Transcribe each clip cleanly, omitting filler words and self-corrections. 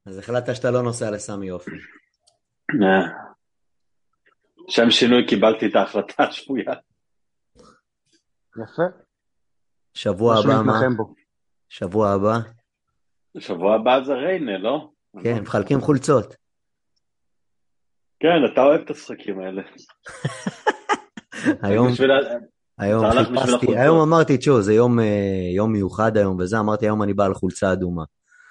אז החלטת שאתה לא נוסע לסמי אופן. שם שינוי קיבלתי את ההחלטה השפויה. יפה. שבוע משהו הבא מה? להתנחם בו. שבוע הבא? שבוע הבא זה ריינה, לא? כן, מחלקים חולצות. כן, אתה אוהב את השחקים האלה. היום חיפשתי, היום אמרתי, תשו, זה יום מיוחד היום, וזה אמרתי, היום אני בא על חולצה אדומה.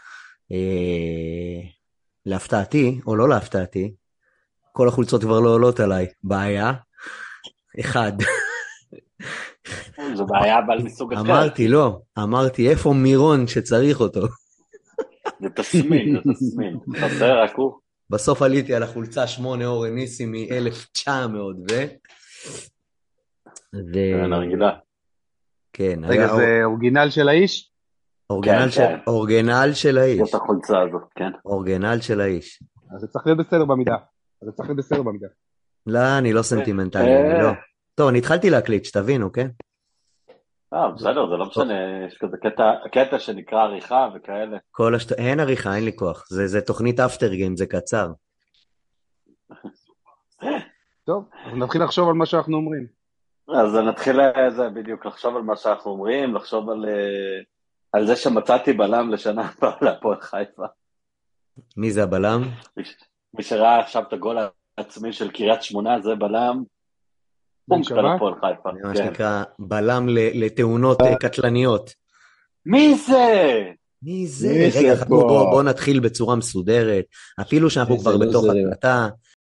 להפתעתי, או לא להפתעתי, כל החולצות כבר לא עולות עליי. בעיה, אחד. זו בעיה אבל מסוג אחר. אמרתי, איפה מירון שצריך אותו? זה תסמין. חסר רק הוא. בסוף עליתי על החולצה 8 אורן ניסי מ-1900 כן, הרגילה. כן. רגע, זה אורגינל של האיש? אורגינל של האיש. זאת החולצה הזאת, כן. אורגינל של האיש. אז זה צריך להיות בסדר במידה. לא, אני לא סנטימנטלי, לא. טוב, אני התחלתי להקליט, שתבינו, כן? בסדר, זה לא משנה, יש כזה קטע שנקרא עריכה וכאלה. אין עריכה, אין לי כוח, זה תוכנית אפטר גיים, זה קצר. טוב, אז נתחיל לחשוב על מה שאנחנו אומרים. אז נתחיל בדיוק לחשוב על מה שאנחנו אומרים, לחשוב על זה שמצאתי בלם לשנה הבאה להפועל חיפה. מי זה הבלם? מי שראה עכשיו את הגול העצמי של קריית שמונה, זה בלם. פונקט על הפועל חיפה. זה מה שנקרא בלם לתאונות קטלניות. מי זה? מי זה? רגע, בוא נתחיל בצורה מסודרת, אפילו שאנחנו כבר בתוך הקלטה.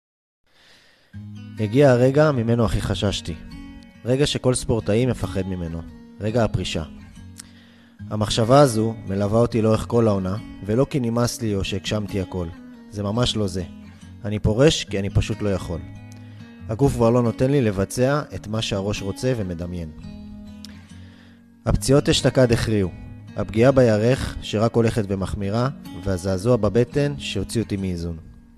הגיע הרגע ממנו הכי חששתי. רגע שכל ספורטאי מפחד ממנו. רגע הפרישה. המחשבה הזו מלווה אותי לאורך כל העונה, ולא כי נמאס לי או שהגשמתי הכל. זה ממש לא זה. אני פורש כי אני פשוט לא יכול. הגוף כבר לא נותן לי לבצע את מה שהראש רוצה ומדמיין. הפציעות אשתקד הכריעו. הפגיעה בירך שרק הולכת ומחמירה, והזעזוע בבטן שהוציא אותי מאיזון.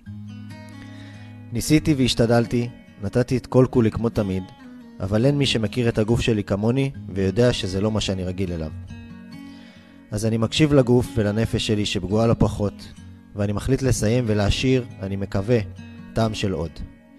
ניסיתי והשתדלתי, נתתי את כל כולי כמו תמיד, אבל אין מי שמכיר את הגוף שלי כמוני ויודע שזה לא מה שאני רגיל אליו. אז אני מקשיב לגוף ולנפש שלי שפגועה לא פחות, ואני מחליט לסיים ולהשאיר, אני מקווה, טעם של עוד.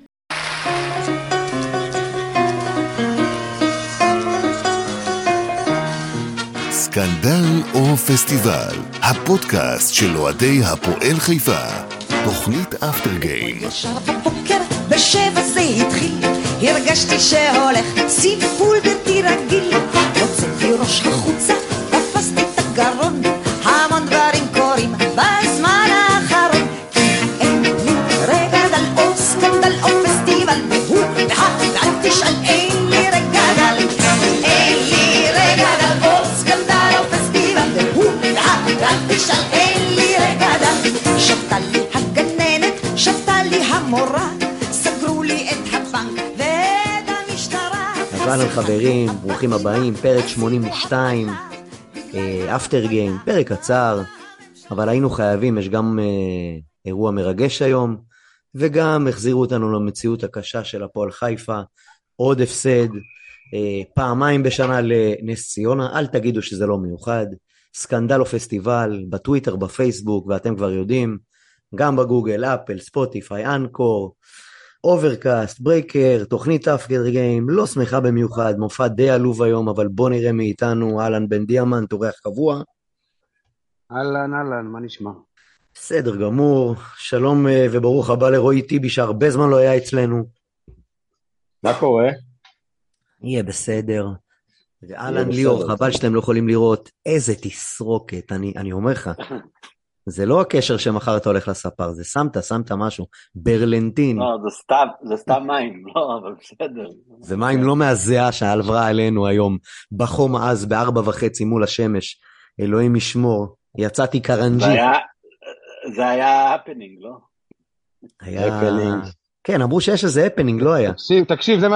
סקנדל או פסטיבל, הפודקאסט של אוהדי הפועל חיפה, תוכנית אפטר גיים. ישר בבוקר בשבע זה התחיל, הרגשתי שהולך סיפול בלתי רגיל, הוצאתי ראש החוצה, תפסתי את הגרון, המון דברים קורים בזמן האחרון, כי אין לי רגע או סקנדל או פסטיבל, והוא ואל תשאל, אין לי רגע אין לי רגע או סקנדל או פסטיבל, והוא ואל תשאל, אין לי רגע. שבתה לי הגננת, שבתה לי המורה, סגרו לי את הבנק ואת המשטרה. אהלן חברים, ברוכים הבאים, פרק 82, אפטר גיים, פרק קצר, אבל היינו חייבים, יש גם אירוע מרגש היום, וגם החזירו אותנו למציאות הקשה של הפועל חיפה, עוד הפסד, פעמיים בשנה לנס ציונה, אל תגידו שזה לא מיוחד, סקנדל או פסטיבל, בטוויטר, בפייסבוק, ואתם כבר יודעים, גם בגוגל, אפל, ספוטיפיי, אנקור, אוברקאסט, ברייקר, תוכנית אפטר גיים, לא שמחה במיוחד, מופע די עלוב היום, אבל בוא נראה מאיתנו, אהלן בן דיאמנט, אורח קבוע. אהלן, מה נשמע? בסדר גמור, שלום וברוך הבא לרועי טיבי, שהרבה זמן לא היה אצלנו. מה קורה? יהיה בסדר. ואלן ליאור, חבל שאתם לא יכולים לראות איזה תסרוקת, אני אומר לך, זה לא הקשר שמחר אתה הולך לספר, זה שמת משהו, ברלנטין. לא, זה סתם מים, לא, אבל בסדר. זה מים לא מהזיעה שעברה עלינו היום, בחום אז, ב4:30 מול השמש, אלוהים ישמור, יצאתי קרנג'י. זה היה הפנינג, לא? היה... כן, אמרו שיש איזה הפנינג, לא היה. תקשיב, זה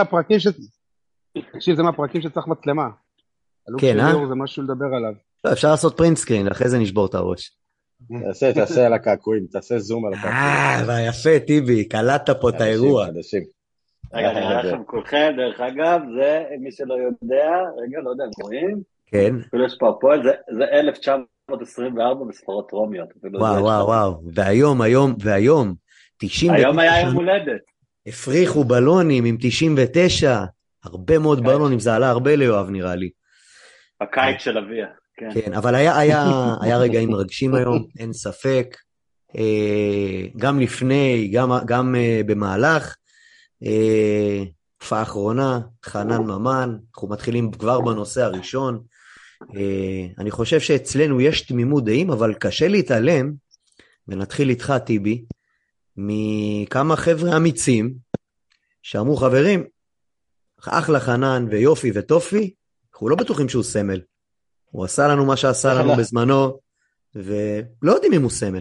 מהפרקים שצריך מצלמה. כן, זה משהו לדבר עליו. לא, אפשר לעשות פרינט סקרין, אחרי זה נשבור את הראש. תעשה על הקעקועים, תעשה זום על הקעקועים. יפה, טיבי, קלטת פה את האירוע. רגע, אני אראה לכם כולכם, דרך אגב, זה, מי שלא יודע, רגע, לא יודע, רואים? כן. אפילו יש פה הפועל, זה 1924 בספרות רומיות. וואו, והיום, 99 היום היה יום הולדת. הפריחו בלונים עם 99, הרבה מאוד בלונים, זה עלה הרבה ליואב נראה לי. הקיץ של אביה. כן, אבל היה רגעים מרגשים היום, אין ספק, גם לפני, גם במהלך, הופעה אחרונה, חנן ממן, אנחנו מתחילים כבר בנושא הראשון, אני חושב שאצלנו יש תמימות דעים, אבל קשה להתעלם, ונתחיל איתך טיבי, מכמה חבר'ה אמיצים, שאמרו חברים, אחלה חנן ויופי וטופי, אנחנו לא בטוחים שהוא סמל, הוא עשה לנו מה שעשה לנו בזמנו, ולא יודעים אם הוא סמל.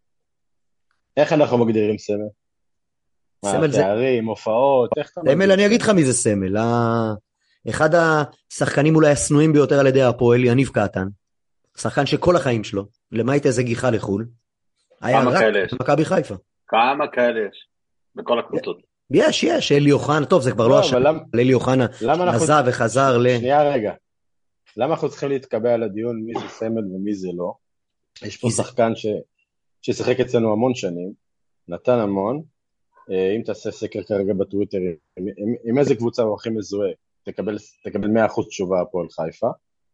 איך אנחנו מגדירים סמל? סמל זה... תארים, הופעות, איך אתה מגדיר? סמל, אני אגיד לך מי זה סמל. אחד השחקנים אולי הסנועים ביותר על ידי הפועל, יניב קטן, שחקן שכל החיים שלו, למעט איזה גיחה לחול, היה רק במכבי חיפה. כמה כאלה יש? בכל הקבוצות. יש, אלי אוחנה, טוב, זה כבר לא השאלה, אלי אוחנה עזב וחזר שנייה רגע. למה אנחנו צריכים להתקבע על הדיון מי זה סמל ומי זה לא? יש פה שחקן ששיחק אצלנו המון שנים, נתן המון, אם תעשה סקר כרגע בטוויטר, עם איזה קבוצה הוא הכי מזוהה, תקבל 100% תשובה הפועל חיפה,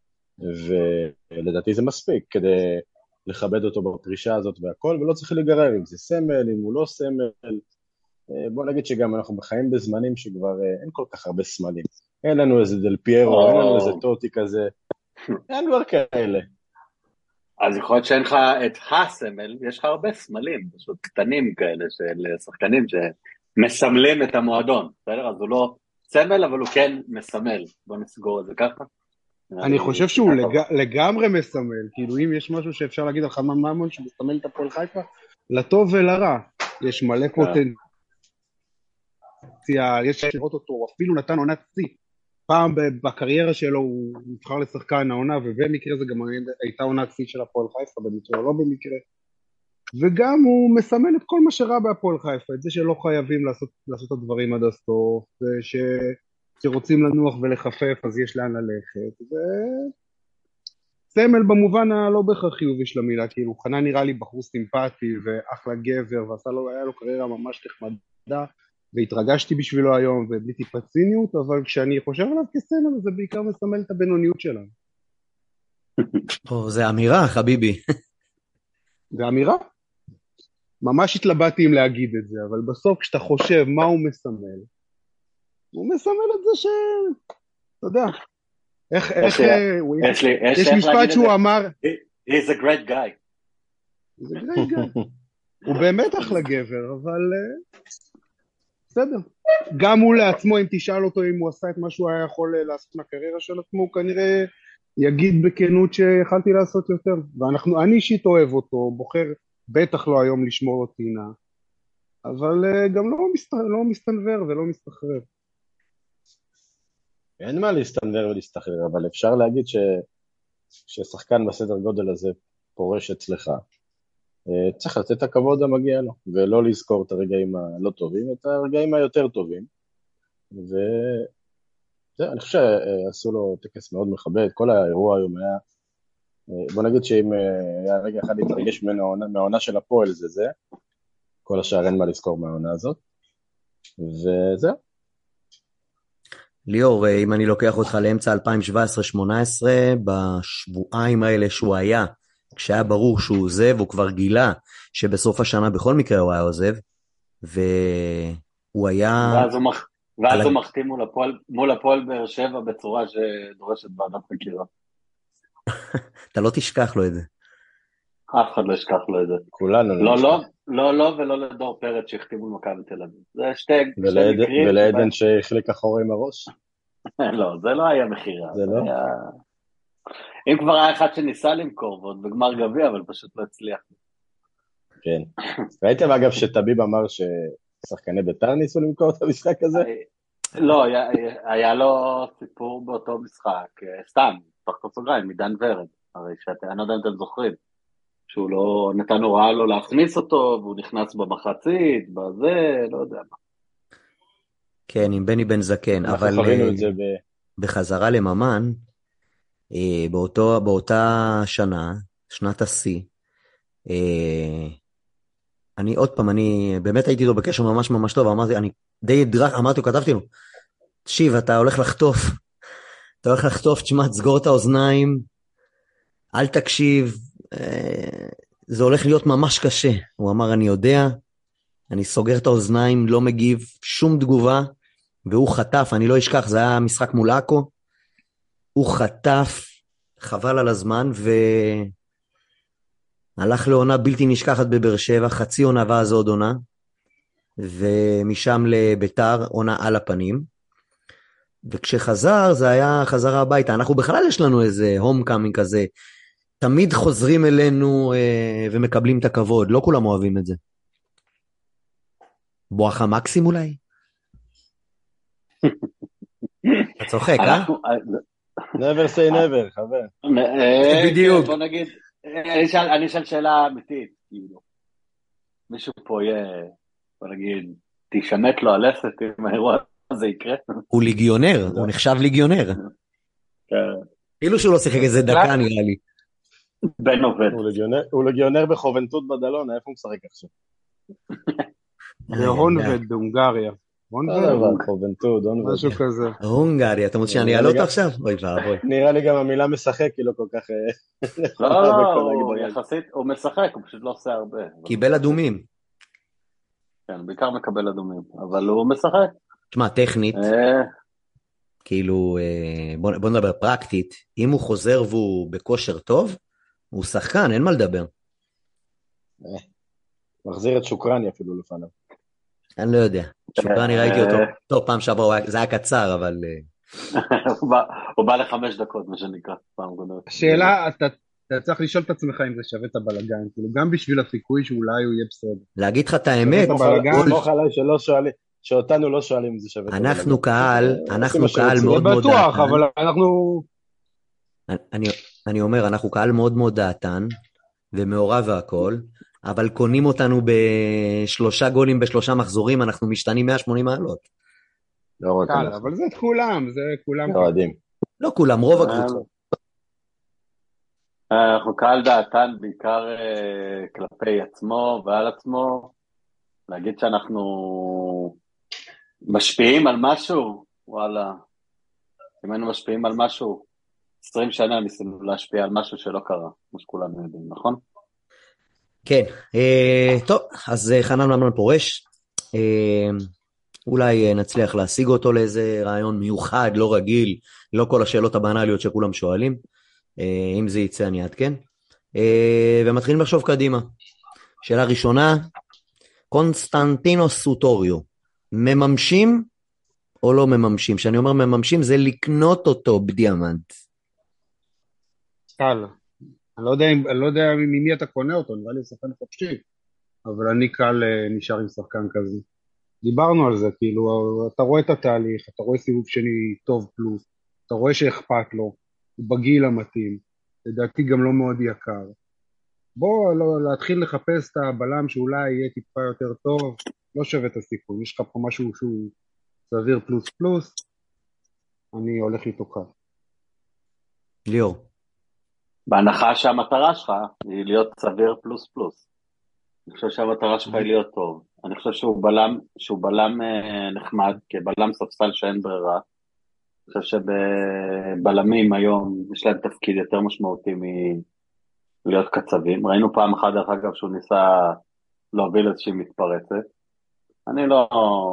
ולדעתי זה מספיק כדי לכבד אותו בפרישה הזאת והכל, ולא צריך לגרר אם זה סמל, אם הוא לא סמל. בוא נגיד שגם אנחנו בחיים בזמנים שכבר אין כל כך הרבה סמלים. אין לנו איזה דל פיירו, אין לנו איזה טוטי כזה, אין כבר כאלה. אז יכול להיות שאין לך את הסמל, יש לך הרבה סמלים, פשוט קטנים כאלה של שחקנים שמסמלים את המועדון, בסדר? אז הוא לא סמל, אבל הוא כן מסמל. בוא נסגור את זה ככה. אני חושב שהוא לגמרי מסמל, כאילו אם יש משהו שאפשר להגיד על חנן ממן שמסמל את הפועל חיפה, לטוב ולרע, יש מלא פוטנציאל, יש לראות אותו, הוא אפילו נתן עונת שיא, פעם בקריירה שלו הוא נבחר לשחקן העונה, ובמקרה זה גם הייתה עונת שיא של הפועל חיפה, במקרה או לא במקרה, וגם הוא מסמל את כל מה שרע בהפועל חיפה, את זה שלא חייבים לעשות את הדברים עד הסוף, שרוצים לנוח ולחפף, אז יש לאן ללכת, סמל במובן הלא בהכרח חיובי של המילה, כאילו חנן נראה לי בחור סימפטי ואחלה גבר, והיה לו קריירה ממש נחמדה, והתרגשתי בשבילו היום, ובלי טיפת ציניות, אבל כשאני חושב עליו כסמל, זה בעיקר מסמל את הבינוניות שלנו. זה אמירה, חביבי. זה אמירה? ממש התלבטתי אם להגיד את זה, אבל בסוף כשאתה חושב מה הוא מסמל, הוא מסמל את זה אתה יודע, יש משפט שהוא אמר, he's a great guy. he's a great guy. הוא באמת אחלה גבר, אבל בסדר. גם הוא לעצמו, אם תשאל אותו אם הוא עשה את מה שהוא היה יכול לעשות מהקריירה של עצמו, הוא כנראה יגיד בכנות שיכלתי לעשות יותר. אני אישית אוהב אותו, בוחר בטח לא היום לשמור לו טינה, אבל גם לא מסתנבר ולא מסתחרר. אין מה להסתנבר ולהסתחרר, אבל אפשר להגיד ששחקן בסדר גודל הזה פורש אצלך, צריך לתת את הכבוד המגיע לו, ולא לזכור את הרגעים הלא טובים, את הרגעים היותר טובים, ואני חושב שעשו לו טקס מאוד מכבד, כל האירוע היום היה, בוא נגיד שאם היה רגע אחד להתרגש מהעונה של הפועל זה, כל השאר אין מה לזכור מהעונה הזאת, וזהו. ליאור, אם אני לוקח אותך לאמצע 2017-2018, בשבועיים האלה שהוא היה, כשהיה ברור שהוא עוזב, הוא כבר גילה שבסוף השנה בכל מקרה הוא היה עוזב, והוא היה... ואז הוא מחתים מול הפועל באר שבע בצורה שדורשת ועדת חקירה. אתה לא תשכח לו את זה. אף אחד לא ישכח לו את זה. כולנו לא נשכח. לא ולא לדור פרץ שהחתימו מכבי תל אביב. זה שתי מקרים. ולעדן שהחליק אחורה עם הראש? לא, זה לא היה מחירה. זה לא? אם כבר היה אחד שניסה למכור, ועוד בגמר גביע, אבל פשוט לא הצליח. כן. ראיתם אגב שטביב אמר ששחקני בית"ר ניסו למכור את המשחק הזה? לא, היה לו סיפור באותו משחק, סתם, פחתו סוגריים, מדן ורד, הרי אני לא יודע אם אתם זוכרים, שהוא לא נתן הוראה לו להכניס אותו, והוא נכנס במחצית, בזה, לא יודע מה. כן, עם בני בן זקן, אבל בחזרה לממן, באותה שנה, שנת השיא. אני עוד פעם, אני באמת הייתי איתו בקשר ממש ממש טוב, אמרתי, אני די דרך, אמרתי, כתבתי לו, תשיב, אתה הולך לחטוף, תשמע, תסגור את האוזניים, אל תקשיב, זה הולך להיות ממש קשה. הוא אמר, אני יודע, אני סוגר את האוזניים, לא מגיב שום תגובה, והוא חטף, אני לא אשכח, זה היה משחק מול עכו, הוא חטף, חבל על הזמן, הלך לעונה בלתי נשכחת בבאר שבע, חצי עונה ואז עוד עונה, ומשם לביתר, עונה על הפנים, וכשחזר, זה היה חזרה הביתה. אנחנו בכלל יש לנו איזה הום קאמינג כזה, תמיד חוזרים אלינו ומקבלים את הכבוד, לא כולם אוהבים את זה. בואכה מקסים אולי? אתה צוחק, אה? never say never, חבר. בדיוק. בוא נגיד, אני אשאל שאלה אמיתית, כאילו. מישהו פה יהיה, בוא נגיד, תשמט לו הלסת אם האירוע הזה יקרה. הוא ליגיונר, הוא נחשב ליגיונר. כאילו שהוא לא שיחק איזה דקה נראה לי. בן עובד. הוא ליגיונר בחובנטות בדלונה, איפה הוא משחק עכשיו? בהונבד בהונגריה. חובנטות, משהו כזה. הונגריה, אתה רוצה שאני אעלה אותו עכשיו? אוי ואבוי. נראה לי גם המילה משחק היא לא כל כך... לא, יחסית, הוא משחק, הוא פשוט לא עושה הרבה. קיבל אדומים. כן, בעיקר מקבל אדומים, אבל הוא משחק. תשמע, טכנית, כאילו, בוא נדבר פרקטית, אם הוא חוזר והוא בכושר טוב, הוא שחקן, אין מה לדבר. מחזיר את שוקרני אפילו לפניו. אני לא יודע, שוקרני ראיתי אותו, טוב, פעם שעברה, זה היה קצר, אבל... הוא בא ל5 דקות, מה שנקרא, פעם גונרת. השאלה, אתה צריך לשאול את עצמך אם זה שווה את הבלגן, כאילו גם בשביל הסיכוי שאולי הוא יהיה בסדר. להגיד לך את האמת, מוך עליי שלא שואלים, שאותנו לא שואלים אם זה שווה את הבלגן. אנחנו קהל מאוד מאוד דעתן. זה בטוח, אבל אנחנו... אני אומר, אנחנו קהל מאוד מאוד דעתן, ומעורב והכל, אבל קונים אותנו ב3 גולים ב3 מחזורים, אנחנו משתנים 180 מעלות. אבל זה את כולם, זה כולם. לא כולם, רוב הקבוצות. אנחנו קהל דעתן בעיקר כלפי עצמו ועל עצמו, להגיד שאנחנו משפיעים על משהו, וואלה, אם היינו משפיעים על משהו, 20 שנה ניסינו להשפיע על משהו שלא קרה, כמו שכולנו יודעים, נכון? כן, טוב, אז חנן ממן פורש, אולי נצליח להשיג אותו לאיזה רעיון מיוחד, לא רגיל, לא כל השאלות הבנאליות שכולם שואלים, אם זה יצא אני אעדכן, ומתחילים לחשוב קדימה. שאלה ראשונה, קונסטנטינו סוטוריו, מממשים או לא מממשים? כשאני אומר מממשים זה לקנות אותו בדיאמנט. קל. אני לא יודע ממי אתה קונה אותו, נראה לי שחקן חופשי, אבל אני קל נשאר עם שחקן כזה. דיברנו על זה, כאילו, אתה רואה את התהליך, אתה רואה סיבוב שני טוב פלוס, אתה רואה שאכפת לו, הוא בגיל המתאים, לדעתי גם לא מאוד יקר. בוא להתחיל לחפש את הבלם שאולי יהיה טיפה יותר טוב, לא שווה את הסיכוי, יש לך פה משהו שהוא סביר פלוס פלוס, אני הולך איתו כאן. ליאור. בהנחה שהמטרה שלך היא להיות סביר פלוס פלוס. אני חושב שהמטרה שלך היא להיות טוב. אני חושב שהוא בלם נחמד, כבלם ספסל שאין ברירה. אני חושב שבבלמים היום יש להם תפקיד יותר משמעותי מלהיות קצבים. ראינו פעם אחת דרך אגב שהוא ניסה להוביל איזושהי מתפרצת. אני לא,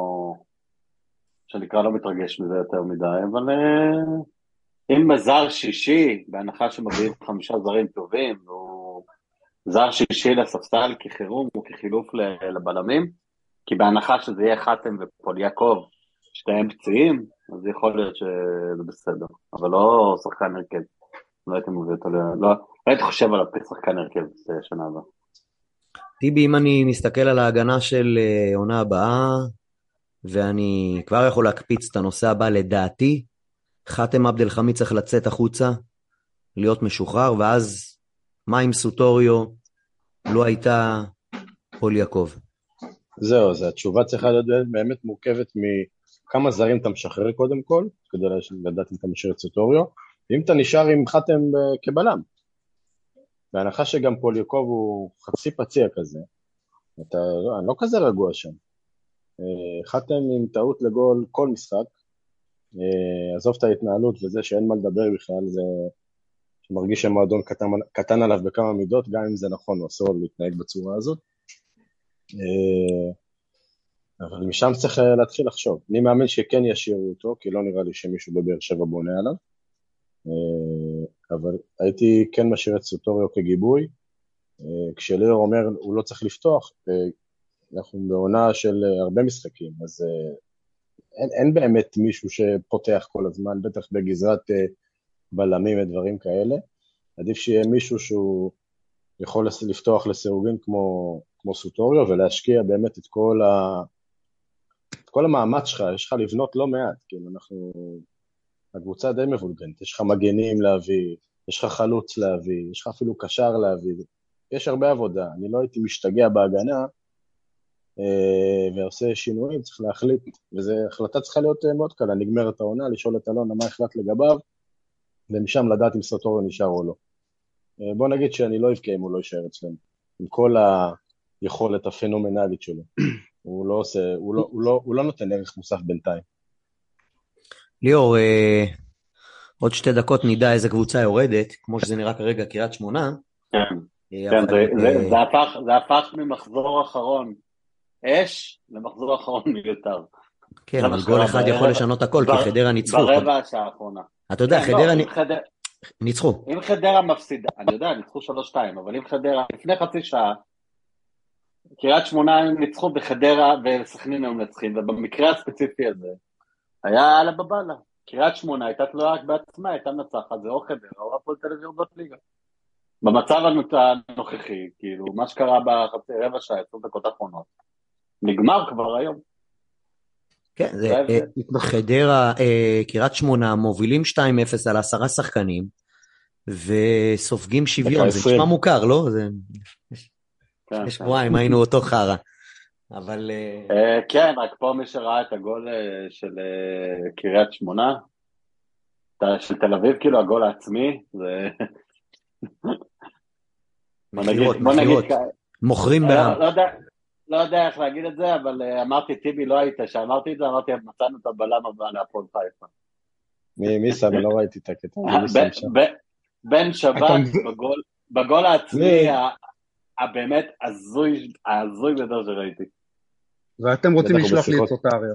שנקרא לא מתרגש מזה יותר מדי, אבל אם בזר שישי, בהנחה שמביאים 5 זרים טובים, הוא זר שישי לספסל כחירום וכחילוף לבלמים, כי בהנחה שזה יהיה חתם ופוליאקוב, שתיהם פציעים, אז יכול להיות שזה בסדר, אבל לא שחקן הרכב, לא הייתי מביא אותו, לא הייתי חושב על שחקן הרכב שנה הבאה. טיבי, אם אני מסתכל על ההגנה של עונה הבאה, ואני כבר יכול להקפיץ את הנושא הבא לדעתי, חתם עבד אל חמיד צריך לצאת החוצה, להיות משוחרר, ואז מה עם סוטוריו לא הייתה פוליאקוב? זהו, התשובה צריכה להיות באמת מורכבת מכמה זרים אתה משחרר קודם כל, כדי לדעת אם אתה משאיר את סוטוריו, ואם אתה נשאר עם חתם כבלם. בהנחה שגם פוליוקוב הוא חצי פציע כזה, אני לא כזה רגוע שם. חתם עם טעות לגול כל משחק, עזוב את ההתנהלות וזה שאין מה לדבר בכלל, זה שמרגיש שהמועדון קטן עליו בכמה מידות, גם אם זה נכון, הוא אסור להתנהג בצורה הזאת. אבל משם צריך להתחיל לחשוב. אני מאמין שכן ישאירו אותו, כי לא נראה לי שמישהו בבאר שבע בונה עליו. אבל הייתי כן משאיר את סוטוריו כגיבוי. כשליאור אומר, הוא לא צריך לפתוח, אנחנו בעונה של הרבה משחקים, אז אין באמת מישהו שפותח כל הזמן, בטח בגזרת בלמים ודברים כאלה. עדיף שיהיה מישהו שהוא יכול לפתוח לסירוגין כמו סוטוריו, ולהשקיע באמת את כל המאמץ שלך, יש לך לבנות לא מעט, כאילו הקבוצה די מבולגנת, יש לך מגנים להביא, יש לך חלוץ להביא, יש לך אפילו קשר להביא, יש הרבה עבודה, אני לא הייתי משתגע בהגנה, ועושה שינויים, צריך להחליט, וזו החלטה צריכה להיות מאוד קלה, נגמרת העונה, לשאול את אלונה מה החלט לגביו, ומשם לדעת אם סוטוריו נשאר או לא. בוא נגיד שאני לא אבקע אם הוא לא יישאר אצלנו, עם כל היכולת הפנומנלית שלו. הוא לא נותן ערך מוסף בינתיים. ליאור, עוד 2 דקות נדע איזה קבוצה יורדת, כמו שזה נראה כרגע קריית שמונה. כן, זה הפך ממחזור אחרון אש למחזור אחרון מיותר. כן, אבל גול אחד יכול לשנות הכל, כי חדרה ניצחו. ברבע השעה האחרונה. אתה יודע, חדרה ניצחו. אם חדרה מפסידה, אני יודע, ניצחו 3-2, אבל אם חדרה, לפני חצי שעה, קריית שמונה הם ניצחו בחדרה וסכנין הם נצחים, ובמקרה הספציפי הזה, היה על הבבלה. קריית שמונה הייתה תלויה רק בעצמה, הייתה נצחת, זה או חדרה, או הפועל תל אביב יורדות ליגה. במצב הנוכחי, כאילו, מה שקרה בחצי רבע שעה, 20 דקות האחרונות, נגמר כבר היום. כן, זה חדרה, קריית שמונה, מובילים 2-0 על 10 שחקנים, וסופגים שוויון, זה נשמע מוכר, לא? יש שבועיים, היינו אותו חרה. אבל... כן, רק פה מי שראה את הגול של קריית שמונה, של תל אביב, כאילו הגול העצמי, זה... מחירות. מוכרים בעם. לא יודע איך להגיד את זה, אבל אמרתי, טיבי לא היית, שאמרתי את זה, אמרתי, מצאנו את הבלם הבא להפועל חיפה. מי שם? לא ראיתי את הקטע. בן שבת בגול העצמי, הבאמת הזוי גדול שראיתי. ואתם רוצים לשלוח לי את סוטריו.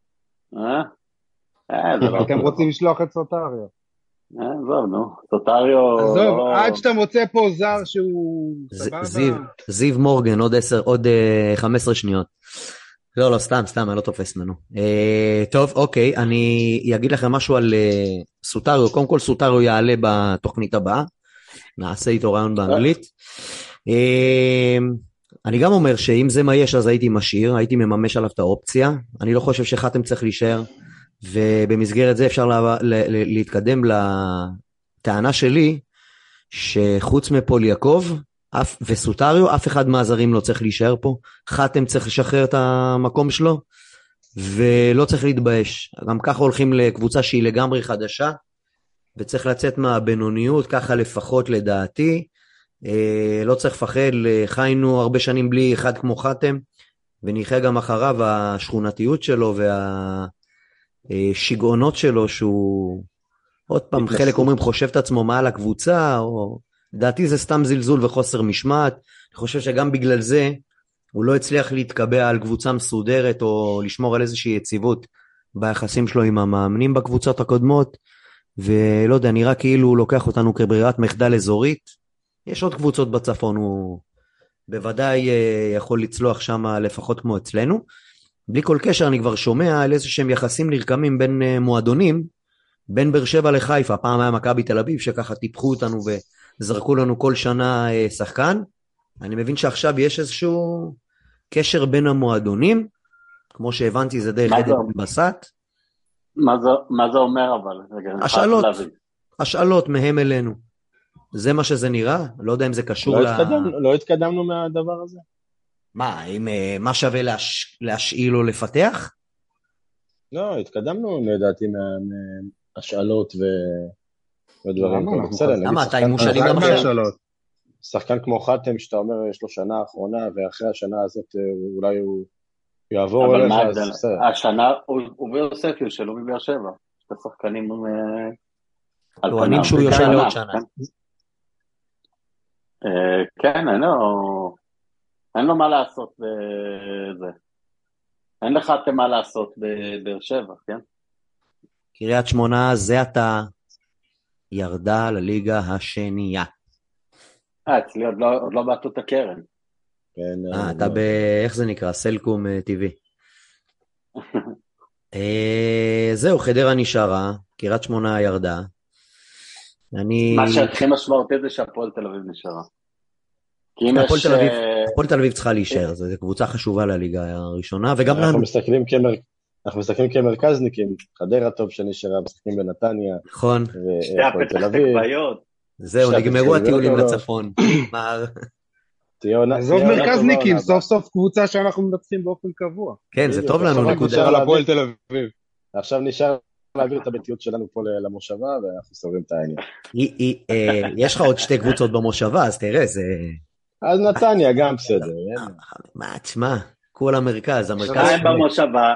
אתם רוצים לשלוח את סוטריו. עזוב, נו, סוטריו... עזוב, עד שאתה מוצא פה זר שהוא... זיו מורגן, עוד 15 שניות. לא, סתם, אני לא תופס ממנו. טוב, אוקיי, אני אגיד לכם משהו על סוטריו. קודם כל, סוטריו יעלה בתוכנית הבאה. נעשה איתו רעיון באנגלית. אני גם אומר שאם זה מה יש, אז הייתי משאיר, הייתי מממש עליו את האופציה. אני לא חושב שחתם צריך להישאר. ובמסגרת זה אפשר להתקדם לטענה שלי, שחוץ מפוליאקוב וסוטריו, אף אחד מהזרים לא צריך להישאר פה, חתם צריך לשחרר את המקום שלו, ולא צריך להתבייש. גם ככה הולכים לקבוצה שהיא לגמרי חדשה, וצריך לצאת מהבינוניות, ככה לפחות לדעתי, לא צריך לפחד, חיינו הרבה שנים בלי אחד כמו חתם, וניחיה גם אחריו השכונתיות שלו שגעונות שלו, שהוא עוד פעם, חלק אומרים חושב את עצמו מעל הקבוצה, או לדעתי זה סתם זלזול וחוסר משמעת. אני חושב שגם בגלל זה הוא לא הצליח להתקבע על קבוצה מסודרת, או לשמור על איזושהי יציבות ביחסים שלו עם המאמנים בקבוצות הקודמות, ולא יודע, נראה כאילו הוא לוקח אותנו כברירת מחדל אזורית. יש עוד קבוצות בצפון, הוא בוודאי יכול לצלוח שם לפחות כמו אצלנו. בלי כל קשר אני כבר שומע על איזה שהם יחסים נרקמים בין מועדונים, בין באר שבע לחיפה. פעם היה מכבי תל אביב שככה טיפחו אותנו וזרקו לנו כל שנה שחקן. אני מבין שעכשיו יש איזשהו קשר בין המועדונים, כמו שהבנתי זה די חדד בסט. מה זה אומר אבל? השאלות מהם אלינו. זה מה שזה נראה? לא יודע אם זה קשור לא התקדמנו מהדבר הזה. מה שווה להשאיל או לפתח? לא, התקדמנו לדעתי מהשאלות ודברים כאלה. למה אתה עם מושאלים גם עכשיו? שחקן כמו חתם, שאתה אומר יש לו שנה האחרונה, ואחרי השנה הזאת אולי הוא יעבור אבל אליך, מה אז ההבדל? בסדר. השנה הוא ויוספי שלו מבאר שבע. שתי שחקנים על טוענים פניו. שהוא יושב לעוד שנה. כן, אין לו מה לעשות בזה. אין לך אתם מה לעשות בבאר שבע, כן? קריית שמונה זה עתה ירדה לליגה השנייה. אצלי עוד לא בעטו את הקרן. כן, אתה איך זה נקרא? סלקום טבעי. זהו, חדרה נשארה, קריית שמונה ירדה. מה שהכי משמעותי זה שהפועל תל אביב נשארה. הפועל תל אביב צריכה להישאר, זו קבוצה חשובה לליגה הראשונה, וגם לנו. אנחנו מסתכלים כמרכזניקים, חדרה טוב שנשארה, משחקים בנתניה. נכון. שתי הפתח תקוויות. זהו, נגמרו הטיולים לצפון. עזוב מרכזניקים, סוף סוף קבוצה שאנחנו מנצחים באופן קבוע. כן, זה טוב לנו, נקודה. על הפועל תל אביב. עכשיו נשאר להעביר את הביתיות שלנו פה למושבה, ואנחנו סובבים את העניין. יש לך עוד שתי קבוצות במושבה, אז תראה, זה... אז נתניה גם בסדר. מה, תשמע, כל המרכז. שתיים במושבה,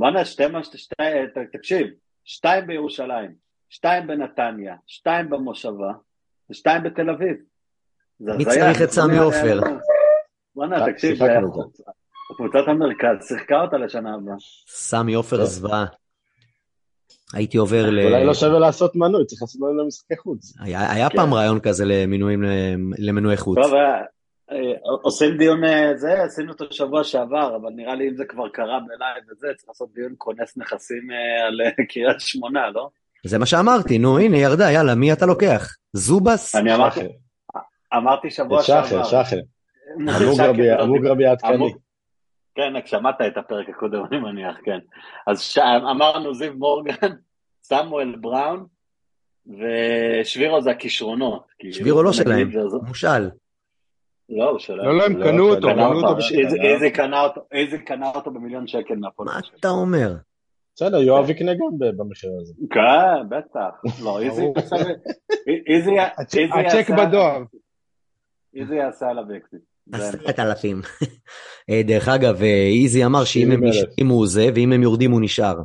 תקשיב, 2 בירושלים, 2 בנתניה, 2 במושבה, ו2 בתל אביב. מי צריך את סמי עופר? בוא'נה, תקשיב, קבוצת המרכז, שיחקה אותה לשנה הבאה. סמי עופר זוועה. הייתי עובר אולי לא שווה לעשות מנוי, צריך לעשות מנוי למשחקי חוץ. היה פעם רעיון כזה למנוי חוץ. טוב, עושים דיון זה, עשינו אותו שבוע שעבר, אבל נראה לי אם זה כבר קרה בלייב וזה, צריך לעשות דיון כונס נכסים על קריית שמונה, לא? זה מה שאמרתי, נו, הנה ירדה, יאללה, מי אתה לוקח? זובס? אני אמרתי שבוע שעבר. שחר. המוגרבי העדכני. כן, כשמעת את הפרק הקודם, אני מניח, כן. אז אמרנו זיו מורגן, סמואל בראון, ושבירו זה הכישרונות. שבירו לא שלהם, מושל. לא, הוא שלהם. לא, הם קנו אותו. איזה קנה אותו ב1,000,000 מהפועל. מה אתה אומר? בסדר, יואב יקנה גם במחיר הזה. כן, בטח. לא, הצ'ק בדואר. איזי יעשה על הבקסי. 10,000. דרך אגב, איזי אמר שאם הוא זה, ואם הם יורדים הוא נשאר.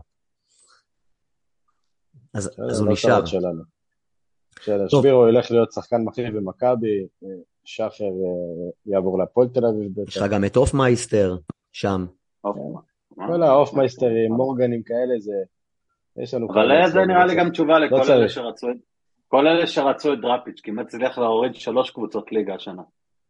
אז הוא נשאר. שבירו ילך להיות שחקן מחליף במכבי, שחר יעבור להפועל תל אביב. יש לך גם את אופמייסטר שם. כל האופמייסטרים, מורגנים כאלה, זה... אבל זה נראה לי גם תשובה לכל אלה שרצו את... כל אלה שרצו את דראפיץ', כמעט צליח להוריד 3 קבוצות ליגה השנה.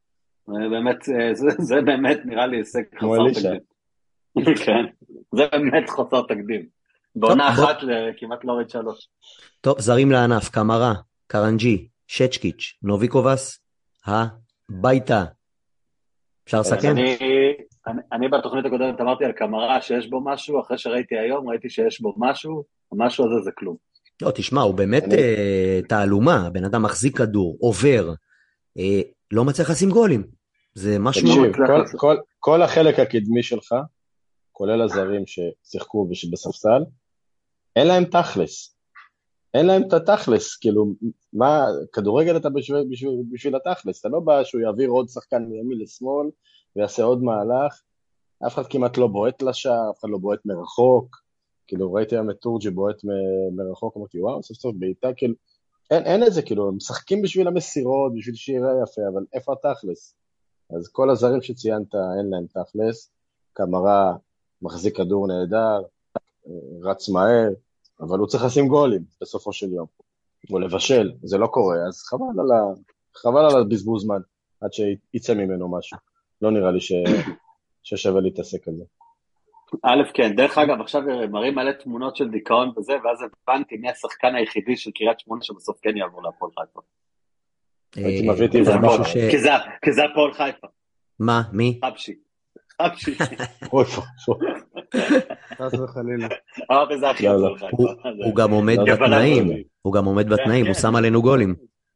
זה באמת נראה לי הישג חסר תקדים. כן, זה באמת חסר תקדים. בעונה אחת כמעט להוריד 3. טוב, זרים לענף, קמרה, קרנג'י, שצ'קיץ', נוביקובס, הביתה. אפשר לסכם? אני בתוכנית הקודמת אמרתי על קמרה שיש בו משהו, אחרי שראיתי היום ראיתי שיש בו משהו, המשהו הזה זה כלום. לא, תשמע, הוא באמת תעלומה, בן אדם מחזיק כדור, עובר, לא מצליח לשים גולים. זה משהו... תקשיב, כל החלק הקדמי שלך, כולל הזרים ששיחקו בספסל, אין להם תכלס. אין להם את התכלס, כאילו, מה, כדורגל אתה בשביל התכלס, אתה לא בא שהוא יעביר עוד שחקן מימין לשמאל, ויעשה עוד מהלך, אף אחד כמעט לא בועט לשער, אף אחד לא בועט מרחוק, כאילו ראיתי היום את טורג'י בועט מרחוק, אמרתי וואו, סוף סוף בעיטה, כאילו, אין את זה, כאילו, הם משחקים בשביל המסירות, בשביל שירה יפה, אבל איפה התכלס? אז כל הזרים שציינת אין להם תכלס, קמרה מחזיק כדור נהדר, רץ מהר, אבל הוא צריך לשים גולים בסופו של יום, או לבשל, זה לא קורה, אז חבל על הבזבוז זמן, עד שיצא ממנו משהו, לא נראה לי ששווה להתעסק על זה. א', כן, דרך אגב, עכשיו מראים מלא תמונות של דיכאון וזה, ואז הבנתי מי השחקן היחידי של קריית שמונה שבסוף כן יעבור להפועל חיפה. כי זה הפועל חיפה. מה? מי? חבשי. הוא גם עומד בתנאים, הוא שם עלינו גולים.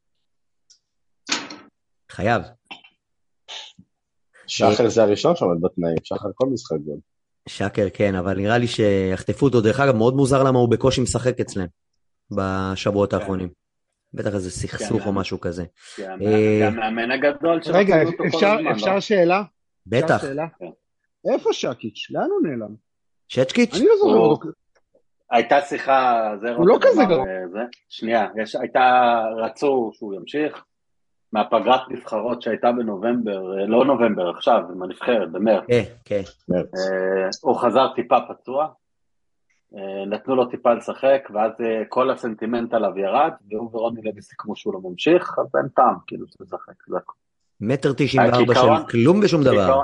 חייב. שחר זה הראשון שעומד בתנאים, שחר כל משחק גול. שקר, כן, אבל נראה לי שיחטפו אותו, דרך אגב, מאוד מוזר למה הוא בקושי משחק אצלם, בשבועות האחרונים. בטח איזה סכסוך או משהו כזה. כי המאמן הגדול שלו. רגע, אפשר שאלה? בטח. איפה שקיץ'? לאן הוא נעלם? שצ'קיץ'? אני לא זוכר אותו. הייתה שיחה, הוא לא כזה גרוע. שנייה, רצו שהוא ימשיך, מהפגרת נבחרות שהייתה בנובמבר, לא נובמבר עכשיו, עם הנבחרת, במרץ. כן. הוא חזר טיפה פצוע, נתנו לו טיפה לשחק, ואז כל הסנטימנט עליו ירד, והוא ורוני לוי סיכמו שהוא לא ממשיך, אז אין טעם, כאילו, שזחק, זה הכל. 1.94 של כלום ושום דבר.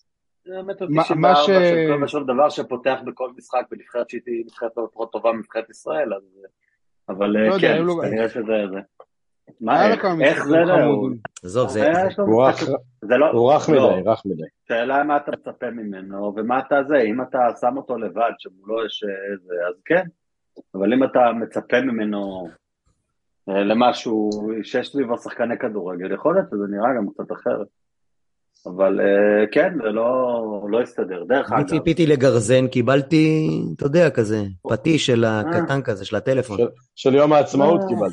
1.94 של דבר שפותח בכל משחק בנבחרת שהיא נבחרת לא פחות טובה מבחינת ישראל, אבל כן, כנראה שזה זה. איך זה לא? עזוב, הוא רך מדי. שאלה מה אתה מצפה ממנו, ומה אתה זה, אם אתה שם אותו לבד, שמולו יש איזה, אז כן, אבל אם אתה מצפה ממנו למשהו שיש סביב השחקני כדורגל, יכול להיות שזה נראה גם קצת אחרת. אבל כן, זה לא יסתדר. דרך אגב. אני ציפיתי לגרזן, קיבלתי, אתה יודע, כזה, פטיש של הקטן כזה, של הטלפון. של יום העצמאות קיבלת.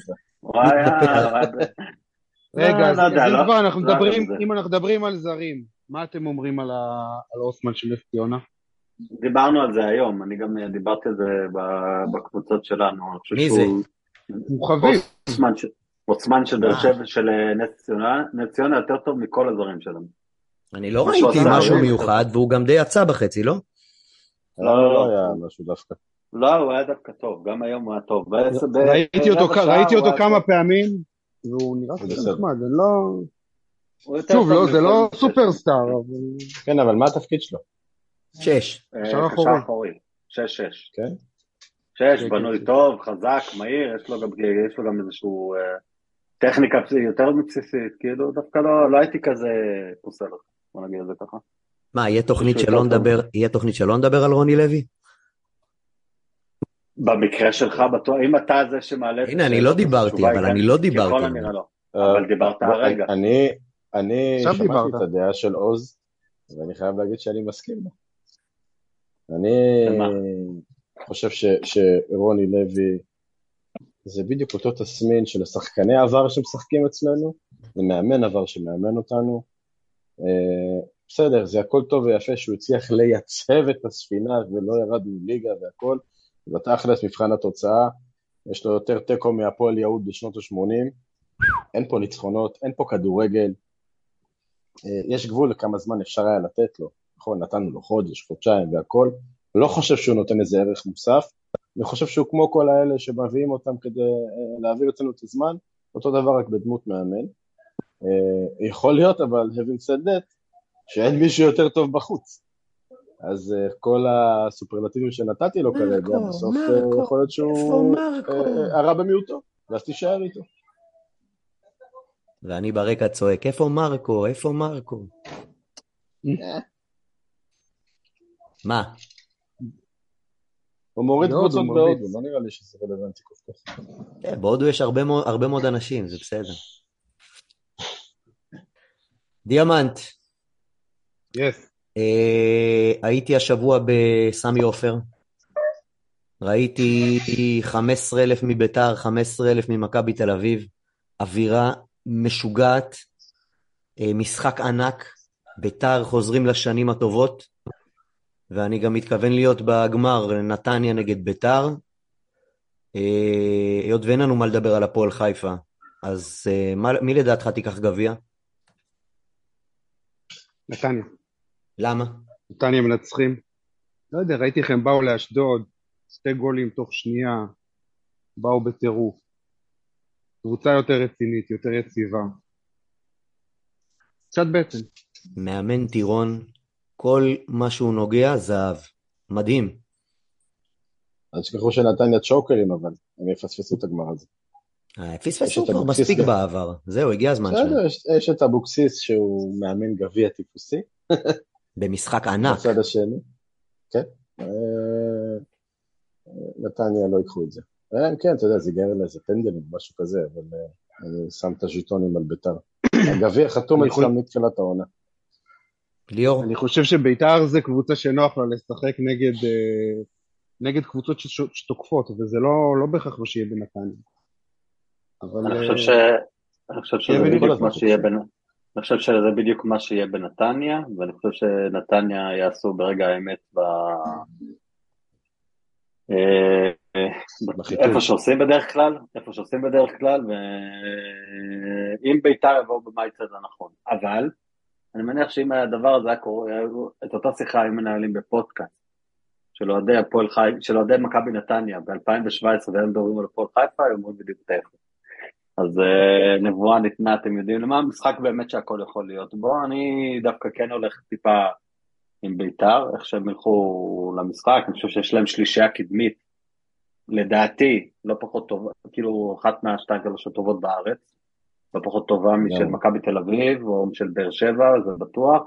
רגע, אז אם אנחנו מדברים על זרים, מה אתם אומרים על אוסמן של נס ציונה? דיברנו על זה היום, אני גם דיברתי על זה בקבוצות שלנו. מי זה? הוא חביב. אוסמן של באר שבע של נס ציונה יותר טוב מכל הזרים שלנו. אני לא ראיתי משהו מיוחד, והוא גם די יצא בחצי, לא? לא היה משהו דווקא. לא, הוא היה דווקא טוב, גם היום הוא היה טוב. ראיתי אותו כמה פעמים, והוא נראה נחמד, שוב, זה לא סופרסטאר. כן, אבל מה התפקיד שלו? 6. קשר אחורי. 6. כן? 6, בנוי טוב, חזק, מהיר, יש לו גם איזשהו טכניקה יותר מבסיסית, כאילו דווקא לא הייתי כזה פוסל, בוא נגיד את זה ככה. מה, יהיה תוכנית שלא נדבר על רוני לוי? במקרה שלך, אם אתה זה שמעלה... הנה, אני לא דיברתי. אבל דיברת הרגע. אני שמעתי את הדעה של עוז, ואני חייב להגיד שאני מסכים לה. אני חושב שרוני לוי זה בדיוק אותו תסמין של השחקני העבר שמשחקים אצלנו, ומאמן עבר שמאמן אותנו. בסדר, זה הכל טוב ויפה שהוא הצליח לייצב את הספינה ולא ירד מליגה והכל, ובתכלס מבחן התוצאה, יש לו יותר טקו מהפועל יהוד בשנות ה-80, אין פה ניצחונות, אין פה כדורגל, יש גבול לכמה זמן אפשר היה לתת לו, נכון, נתנו לו חודש, חודשיים והכל, לא חושב שהוא נותן איזה ערך מוסף, אני חושב שהוא כמו כל האלה שמביאים אותם כדי להעביר אצלנו את הזמן, אותו דבר רק בדמות מאמן, יכול להיות אבל having said that, שאין מישהו יותר טוב בחוץ, אז כל הסופרלטיבים שנתתי לו כרגע, בסוף יכול להיות שהוא הרע במיעוטו, ואז תישאר איתו. ואני ברקע צועק, איפה מרקו? מה? הוא מוריד קבוצות בהודו, לא נראה לי שזה רלוונטי כל כך. כן, בהודו יש הרבה מאוד אנשים, זה בסדר. דיאמנט. Yes. הייתי השבוע בסמי עופר, ראיתי 15,000 מביתר, 15,000 ממכבי תל אביב, אווירה משוגעת, משחק ענק, ביתר חוזרים לשנים הטובות, ואני גם מתכוון להיות בגמר נתניה נגד ביתר, היות ואין לנו מה לדבר על הפועל חיפה, אז מי לדעתך תיקח גביע? נתניה. למה? נתניה מנצחים. לא יודע, ראיתי לכם, באו לאשדוד, 2 גולים תוך שנייה, באו בטירוף. קבוצה יותר רצינית, יותר יציבה. קצת בטן. מאמן טירון, כל מה שהוא נוגע זהב. מדהים. אז שכחו שנתניה צ'וקרים, אבל הם יפספסו את הגמר הזה. פספסו כבר מספיק בעבר. זהו, הגיע הזמן שלנו. יש את אבוקסיס שהוא מאמן גביע טיפוסי. במשחק ענק. בצד השני. כן. נתניה לא ייקחו את זה. כן, אתה יודע, זה ייגמר לאיזה פנדלים, משהו כזה, אבל אני שם את הז'יטונים על ביתר. הגביע חתום אצלם מתחילת העונה. ליאור. אני חושב שביתר זה קבוצה שנוח לה לשחק נגד קבוצות שתוקפות, וזה לא בהכרח מה שיהיה בנתניה. אני חושב שזה בדיוק מה שיהיה אני חושב שזה בדיוק מה שיהיה בנתניה, ואני חושב שנתניה יעשו ברגע האמת איפה שעושים בדרך כלל, ואם בית"ר יבואו במייצד זה נכון. אבל אני מניח שאם הדבר הזה היה קורה, את אותה שיחה היו מנהלים בפודקאסט, של אוהדי מכבי נתניה ב-2017, והם מדברים על הפועל חיפה, הם אומרים בדיוק תכף. אז נבואה ניתנה, אתם יודעים למה, המשחק באמת שהכל יכול להיות בו, אני דווקא כן הולך טיפה עם בית"ר, איך שהם ילכו למשחק, אני חושב שיש להם שלישייה קדמית, לדעתי, לא פחות טובה, כאילו אחת מהשתיים שלוש טובות בארץ, לא פחות טובה משל מכבי תל אביב, או משל באר שבע, זה בטוח,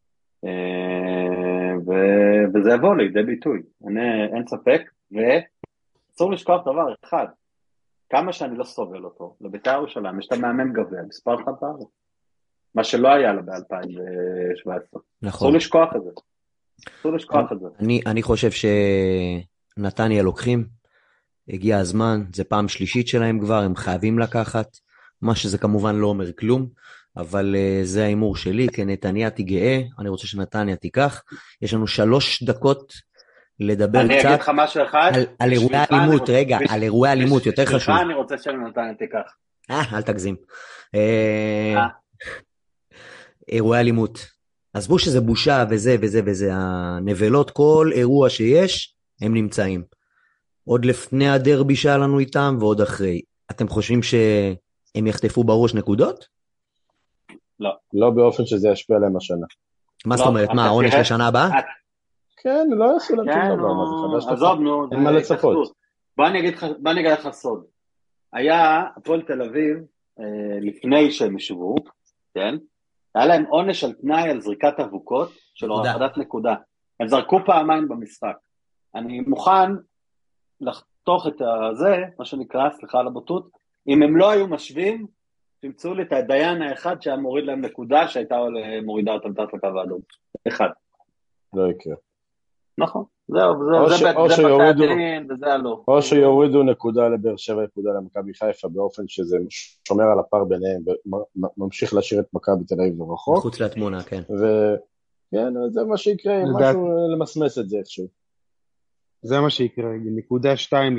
וזה יבוא לידי ביטוי, אין ספק, ואסור לשכוח דבר אחד, כמה שאני לא סובל אותו, לבית"ר ירושלים, יש את המאמן גביע, מספר אחד בארץ, מה שלא היה לה ב-2017. נכון. אסור לשכוח את זה. אני חושב שנתניה לוקחים, הגיע הזמן, זה פעם שלישית שלהם כבר, הם חייבים לקחת, מה שזה כמובן לא אומר כלום, אבל זה האימור שלי, כנתניה תגאה, אני רוצה שנתניה תיקח, יש לנו 3 דקות לדבר קצת. אני אגיד לך משהו אחד. על אירועי אלימות, רגע, על אירועי אלימות, יותר חשוב. בשבילך אני רוצה שנתניה תיקח. אל תגזים. אירועי אלימות. עזבו שזה בושה וזה וזה וזה, הנבלות, כל אירוע שיש, הם נמצאים. עוד לפני הדרבי שהיה לנו איתם, ועוד אחרי. אתם חושבים שהם יחטפו בראש נקודות? לא. לא באופן שזה ישפיע עליהם השנה. מה זאת אומרת? מה, העונש לשנה הבאה? כן, לא יעשו להם שום דבר, מה זה חדש? עזוב, נו. אין מה לצפות. בוא אני אגיד לך סוד. היה הפועל תל אביב, לפני שהם ישבו, כן? היה להם עונש על תנאי על זריקת אבוקות של הורדת נקודה. הם זרקו פעמיים במשחק. אני מוכן לחתוך את זה, מה שנקרא, סליחה על הבוטות, אם הם לא היו משווים, תמצאו לי את הדיין האחד שהיה מוריד להם נקודה, שהייתה מורידה אותם תחת לקו האדום. אחד. לא יקרה. נכון. זהו, זה בתי הדין, וזה הלא. או שיורידו נקודה לבאר שבע, נקודה למכבי חיפה, באופן שזה שומר על הפער ביניהם, וממשיך להשאיר את מכבי תל אביב ורחוק. חוץ לתמונה, כן. וכן, זה מה שיקרה, משהו למסמס את זה איכשהו. זה מה שיקרה, נקודה 2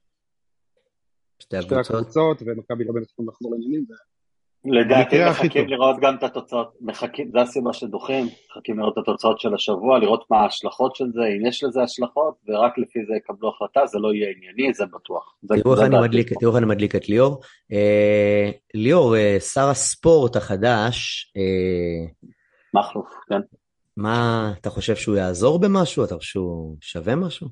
לשתי הקבוצות, ומכבי לא בנתחום לחזור לעניינים. לדעתי מחכים לראות גם את התוצאות, זה הסיבה שדוחים, מחכים לראות את התוצאות של השבוע, לראות מה ההשלכות של זה, אם יש לזה השלכות, ורק לפי זה יקבלו החלטה, זה לא יהיה ענייני, זה בטוח. תראו איך אני מדליק את ליאור. ליאור, שר הספורט החדש, מחלוף, כן. מה, אתה חושב שהוא יעזור במשהו? אתה חושב שהוא שווה משהו?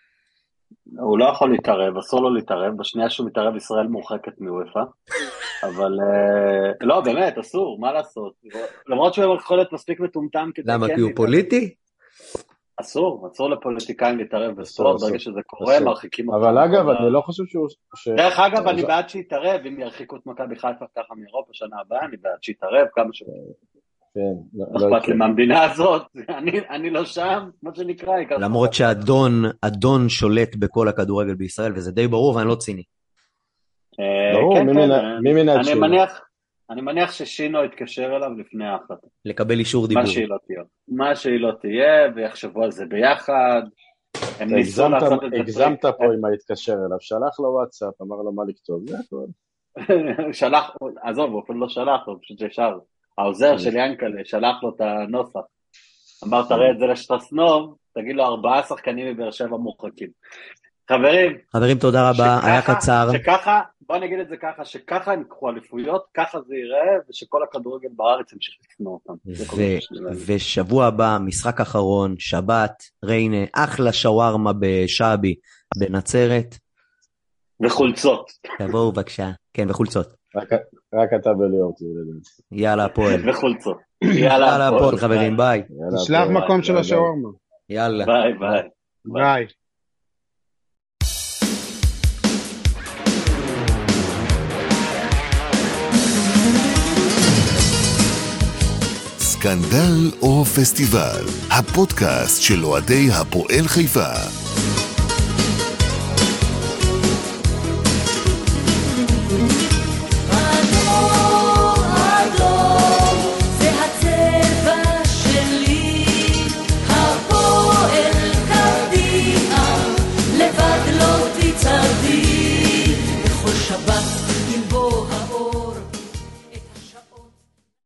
הוא לא יכול להתערב, אסור לו להתערב, בשנייה שהוא מתערב ישראל מורחקת מאופה, אבל לא, באמת, אסור, מה לעשות? למרות שהוא יכול להיות מספיק מטומטם כדי... למה, כי הוא פוליטי? אסור לפוליטיקאים להתערב בספורט, ברגע שזה קורה, מרחיקים... אבל אגב, אני לא חושב שהוא... דרך אגב, אני בעד שיתערב, אם ירחיקו את מכבי חיפה ככה מאירופה שנה הבאה, אני בעד שיתערב כמה ש... אכפת לי מהמדינה הזאת, אני לא שם, מה שנקרא. למרות שהאדון שולט בכל הכדורגל בישראל, וזה די ברור, ואני לא ציני. ברור, מי מינה את שינו? אני מניח ששינו יתקשר אליו לפני ההחלטה. לקבל אישור דיבור. מה שהיא לא תהיה, ויחשבו על זה ביחד. הגזמת פה עם ההתקשר אליו, שלח לו וואטסאפ, אמר לו מה לכתוב, זה הכל. שלח, עזוב, הוא אפילו לא שלח, הוא פשוט ישר. העוזר של ינקלה שלח לו את הנוסח, אמר תראה את זה לשטרסנוב, תגיד לו 4 שחקנים מבאר שבע מורחקים. חברים תודה רבה, היה קצר. בוא נגיד את זה ככה, שככה הם יקחו אליפויות, ככה זה ייראה, ושכל הכדורגל בארץ ימשיך לפנות אותם. ושבוע הבא, משחק אחרון, שבת, ריינה, אחלה שווארמה בשעבי, בנצרת. וחולצות. תבואו בבקשה, כן, וחולצות. רק אתה בליאור. יאללה הפועל. וחולצות. יאללה הפועל חברים, ביי. תשלח מקום של השווארמה. יאללה. ביי. סקנדל או פסטיבל, הפודקאסט של אוהדי הפועל חיפה.